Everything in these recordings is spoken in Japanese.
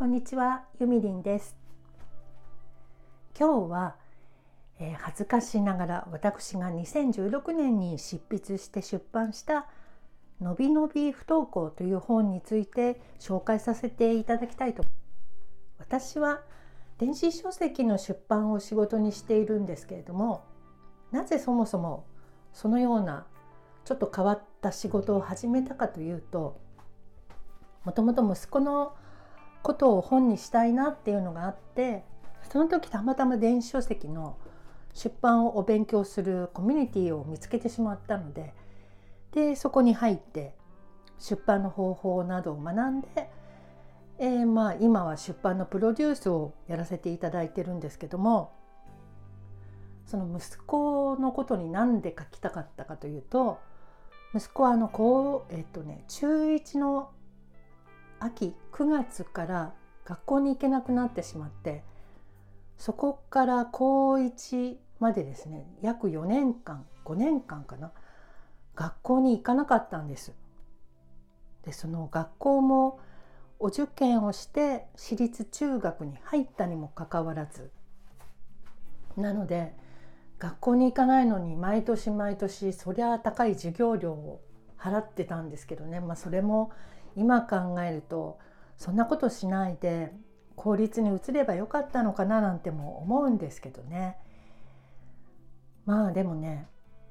こんにちは、ゆみりんです。今日は、恥ずかしながら私が2016年に執筆して出版したのびのび不登校という本について紹介させていただきたいと。私は電子書籍の出版を仕事にしているんですけれども、なぜそもそもそのようなちょっと変わった仕事を始めたかというと、もともと息子のことを本にしたいなっていうのがあって、その時たまたま電子書籍の出版をお勉強するコミュニティを見つけてしまったので、そこに入って出版の方法などを学んで、今は出版のプロデュースをやらせていただいてるんですけども、その息子のことに何で書きたかったかというと、息子は中1の秋9月から学校に行けなくなってしまって、そこから高1までですね、約4年間5年間かな、学校に行かなかったんです。でその学校もお受験をして私立中学に入ったにもかかわらず、なので学校に行かないのに毎年毎年そりゃ高い授業料を払ってたんですけどね、それも今考えるとそんなことしないで公立に移ればよかったのかななんても思うんですけどね。でもね、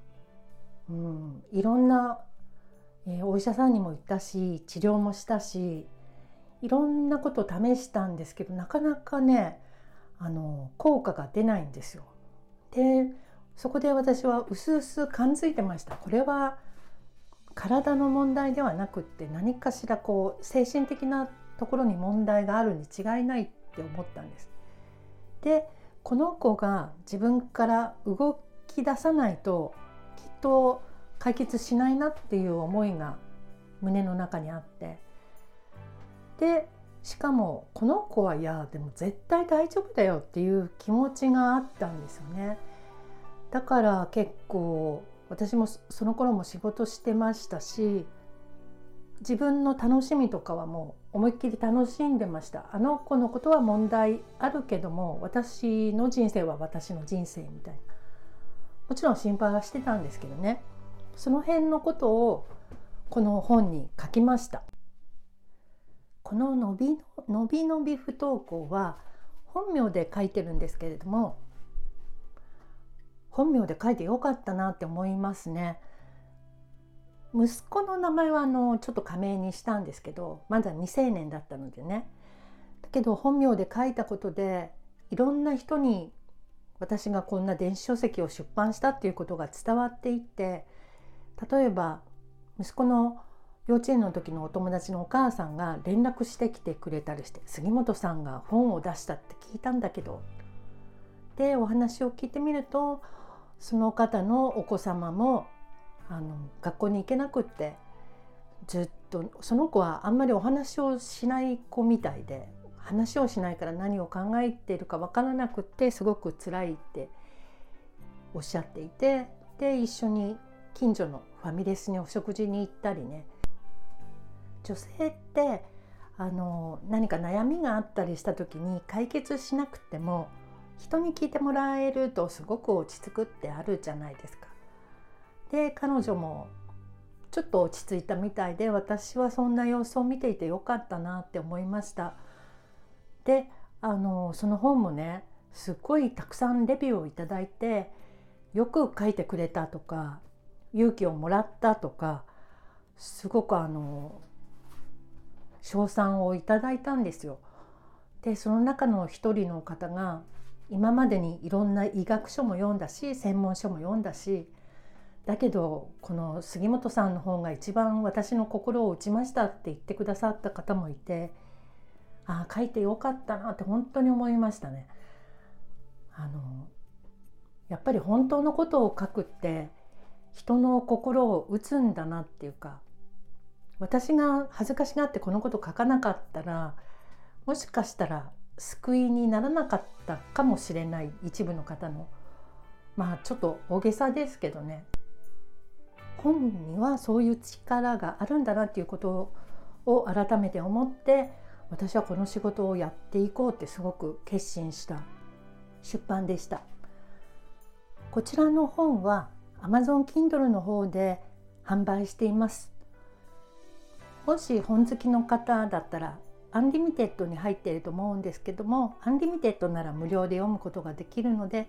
いろんな、お医者さんにも行ったし、治療もしたし、いろんなことを試したんですけど、なかなかね効果が出ないんですよ。でそこで私はうすうす感づいてました。これは体の問題ではなくって、何かしら精神的なところに問題があるに違いないって思ったんです。でこの子が自分から動き出さないときっと解決しないなっていう思いが胸の中にあって、でしかもこの子はでも絶対大丈夫だよっていう気持ちがあったんですよね。だから結構私もその頃も仕事してましたし、自分の楽しみとかはもう思いっきり楽しんでました。あの子のことは問題あるけども、私の人生は私の人生みたいな、もちろん心配はしてたんですけどね、その辺のことをこの本に書きました。こののびのび不登校は本名で書いてるんですけれども、本名で書いてよかったなって思いますね。息子の名前はちょっと仮名にしたんですけど、まだ未成年だったのでね。だけど本名で書いたことで、いろんな人に私がこんな電子書籍を出版したっていうことが伝わっていって、例えば息子の幼稚園の時のお友達のお母さんが連絡してきてくれたりして、杉本さんが本を出したって聞いたんだけど、でお話を聞いてみると、その方のお子様も学校に行けなくって、ずっとその子はあんまりお話をしない子みたいで、話をしないから何を考えているか分からなくって、すごく辛いっておっしゃっていて、で一緒に近所のファミレスにお食事に行ったりね。女性って何か悩みがあったりした時に解決しなくても人に聞いてもらえるとすごく落ち着くってあるじゃないですか。で彼女もちょっと落ち着いたみたいで、私はそんな様子を見ていてよかったなって思いました。でその本もね、すっごいたくさんレビューをいただいて、よく書いてくれたとか、勇気をもらったとか、すごく称賛をいただいたんですよ。でその中の一人の方が、今までにいろんな医学書も読んだし専門書も読んだし、だけどこの杉本さんの本が一番私の心を打ちましたって言ってくださった方もいて、書いてよかったなって本当に思いましたね。やっぱり本当のことを書くって人の心を打つんだなっていうか、私が恥ずかしがってこのこと書かなかったら、もしかしたら救いにならなかったかもしれない、一部の方の、ちょっと大げさですけどね、本にはそういう力があるんだなっていうことを改めて思って、 私はこの仕事をやっていこうってすごく決心した出版でした。こちらの本は Amazon Kindle の方で販売しています。もし本好きの方だったらアンリミテッドに入っていると思うんですけども、アンリミテッドなら無料で読むことができるので、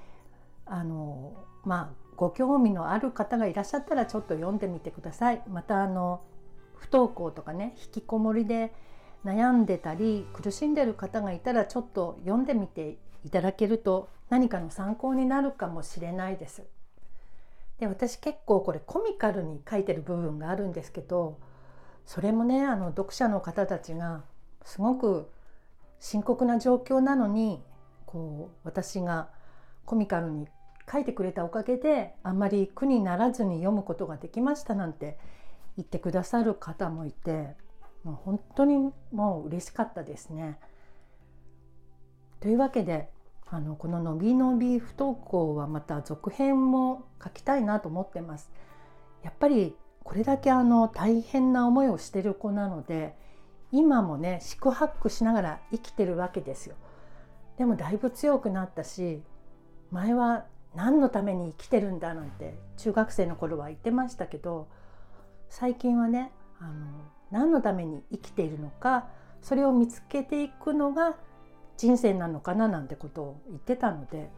ご興味のある方がいらっしゃったらちょっと読んでみてください。また不登校とかね、引きこもりで悩んでたり苦しんでる方がいたらちょっと読んでみていただけると何かの参考になるかもしれないです。で、私結構これコミカルに書いてる部分があるんですけど、それもね、読者の方たちがすごく深刻な状況なのに私がコミカルに書いてくれたおかげであんまり苦にならずに読むことができましたなんて言ってくださる方もいて、もう本当にもう嬉しかったですね。というわけでこののびのび不登校はまた続編も書きたいなと思ってます。やっぱりこれだけ大変な思いをしてる子なので、今もね四苦八苦しながら生きてるわけですよ。でもだいぶ強くなったし、前は何のために生きてるんだなんて中学生の頃は言ってましたけど、最近はね何のために生きているのか、それを見つけていくのが人生なのかななんてことを言ってたので、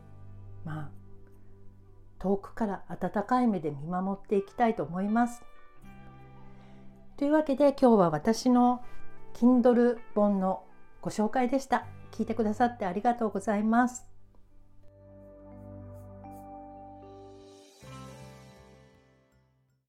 遠くから温かい目で見守っていきたいと思います。というわけで今日は私の Kindle 本のご紹介でした。聞いてくださってありがとうございます。